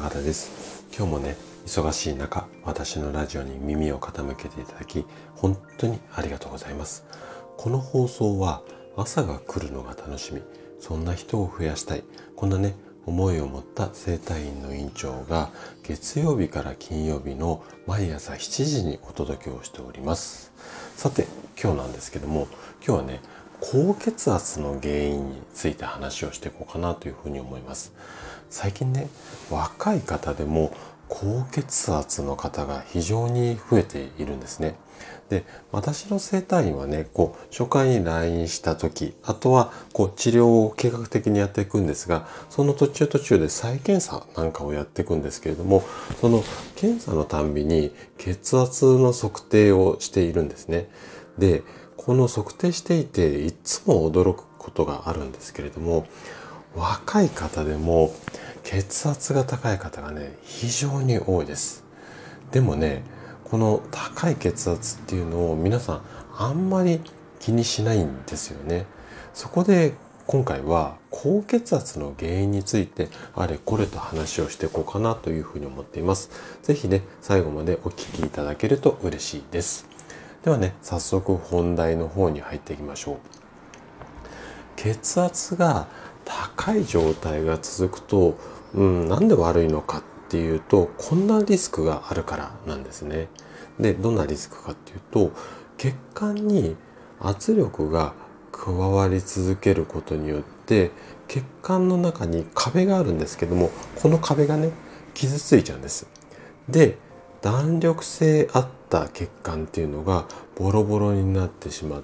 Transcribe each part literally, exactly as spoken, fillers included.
高田です。今日もね、忙しい中、私のラジオに耳を傾けていただき、本当にありがとうございます。この放送は朝が来るのが楽しみ、そんな人を増やしたい、こんなね、思いを持った整体院の院長が月曜日から金曜日の毎朝しちじにお届けをしております。さて、今日なんですけども、今日はね、高血圧の原因について話をしていこうかなというふうに思います。最近ね、若い方でも高血圧の方が非常に増えているんですね。で、私の整体院はね、こう初回に来院した時、あとはこう治療を計画的にやっていくんですが、その途中途中で再検査なんかをやっていくんですけれども、その検査のたんびに血圧の測定をしているんですね。で、この測定していていつも驚くことがあるんですけれども、若い方でも血圧が高い方がね、非常に多いです。でもね、この高い血圧っていうのを皆さんあんまり気にしないんですよね。そこで今回は高血圧の原因についてあれこれと話をしていこうかなというふうに思っています。ぜひね、最後までお聞きいただけると嬉しいです。ではね、早速本題の方に入っていきましょう。血圧が高い状態が続くと、うん、なんで悪いのかっていうと、こんなリスクがあるからなんですね。で、どんなリスクかっていうと、血管に圧力が加わり続けることによって、血管の中に壁があるんですけども、この壁がね、傷ついちゃうんです。で、弾力性あった血管っていうのがボロボロになってしまって、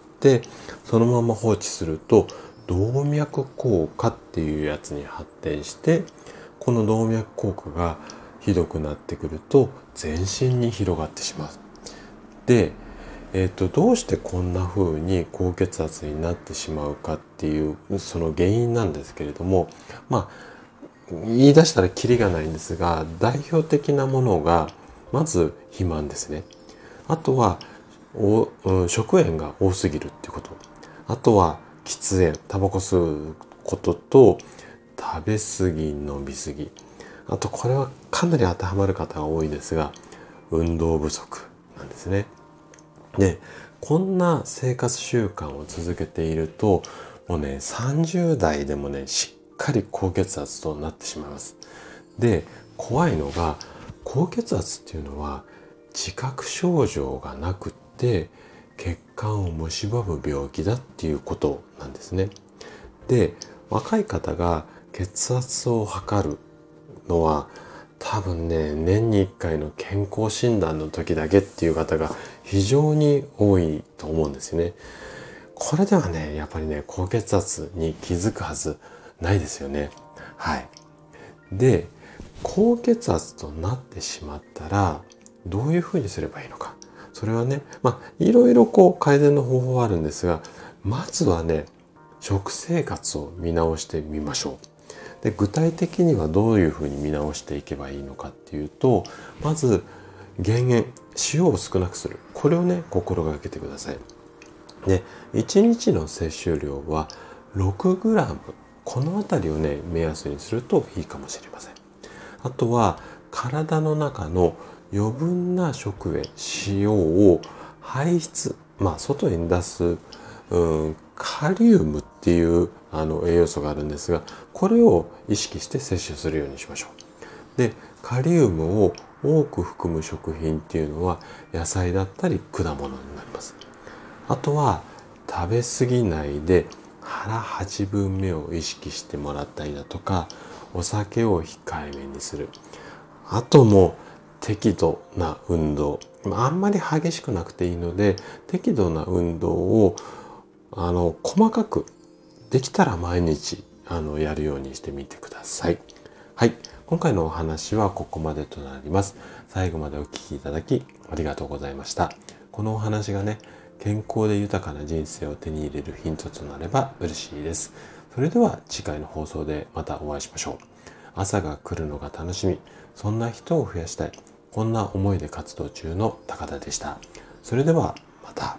そのまま放置すると動脈硬化っていうやつに発展して、この動脈硬化がひどくなってくると全身に広がってしまう。で、えっと、どうしてこんな風に高血圧になってしまうかっていうその原因なんですけれども、まあ言い出したらキリがないんですが、代表的なものがまず肥満ですね。あとはお、うん、食塩が多すぎるっていうこと。あとは喫煙、タバコ吸うことと食べ過ぎ、飲み過ぎ。あとこれはかなり当てはまる方が多いですが、運動不足なんですね。で、こんな生活習慣を続けていると、もうね、さんじゅう代でもね、しっかり高血圧となってしまいます。で、怖いのが、高血圧っていうのは自覚症状がなくって血管を蝕む病気だっていうことなんですね。で、若い方が血圧を測るのは多分ね、年にいっかいの健康診断の時だけっていう方が非常に多いと思うんですよね。これではね、やっぱりね、高血圧に気づくはずないですよね。はい。で、高血圧となってしまったらどういうふうにすればいいのか。それはね、まあいろいろこう改善の方法はあるんですが、まずはね、食生活を見直してみましょう。で、具体的にはどういうふうに見直していけばいいのかっていうと、まず減塩、塩を少なくする。これをね、心がけてください。で、いちにちの摂取量はろくグラム。このあたりをね、目安にするといいかもしれません。あとは体の中の余分な食塩、塩を排出、まあ外に出す、うん、カリウムっていうあの栄養素があるんですが、これを意識して摂取するようにしましょう。で、カリウムを多く含む食品っていうのは野菜だったり果物になります。あとは食べ過ぎないで腹はちぶんめを意識してもらったりだとか、お酒を控えめにする。あとも適度な運動。あんまり激しくなくていいので、適度な運動をあの細かくできたら毎日あのやるようにしてみてください。はい。今回のお話はここまでとなります。最後までお聞きいただきありがとうございました。このお話がね、健康で豊かな人生を手に入れるヒントとなれば嬉しいです。それでは次回の放送でまたお会いしましょう。朝が来るのが楽しみ、そんな人を増やしたい、こんな思いで活動中の高田でした。それではまた。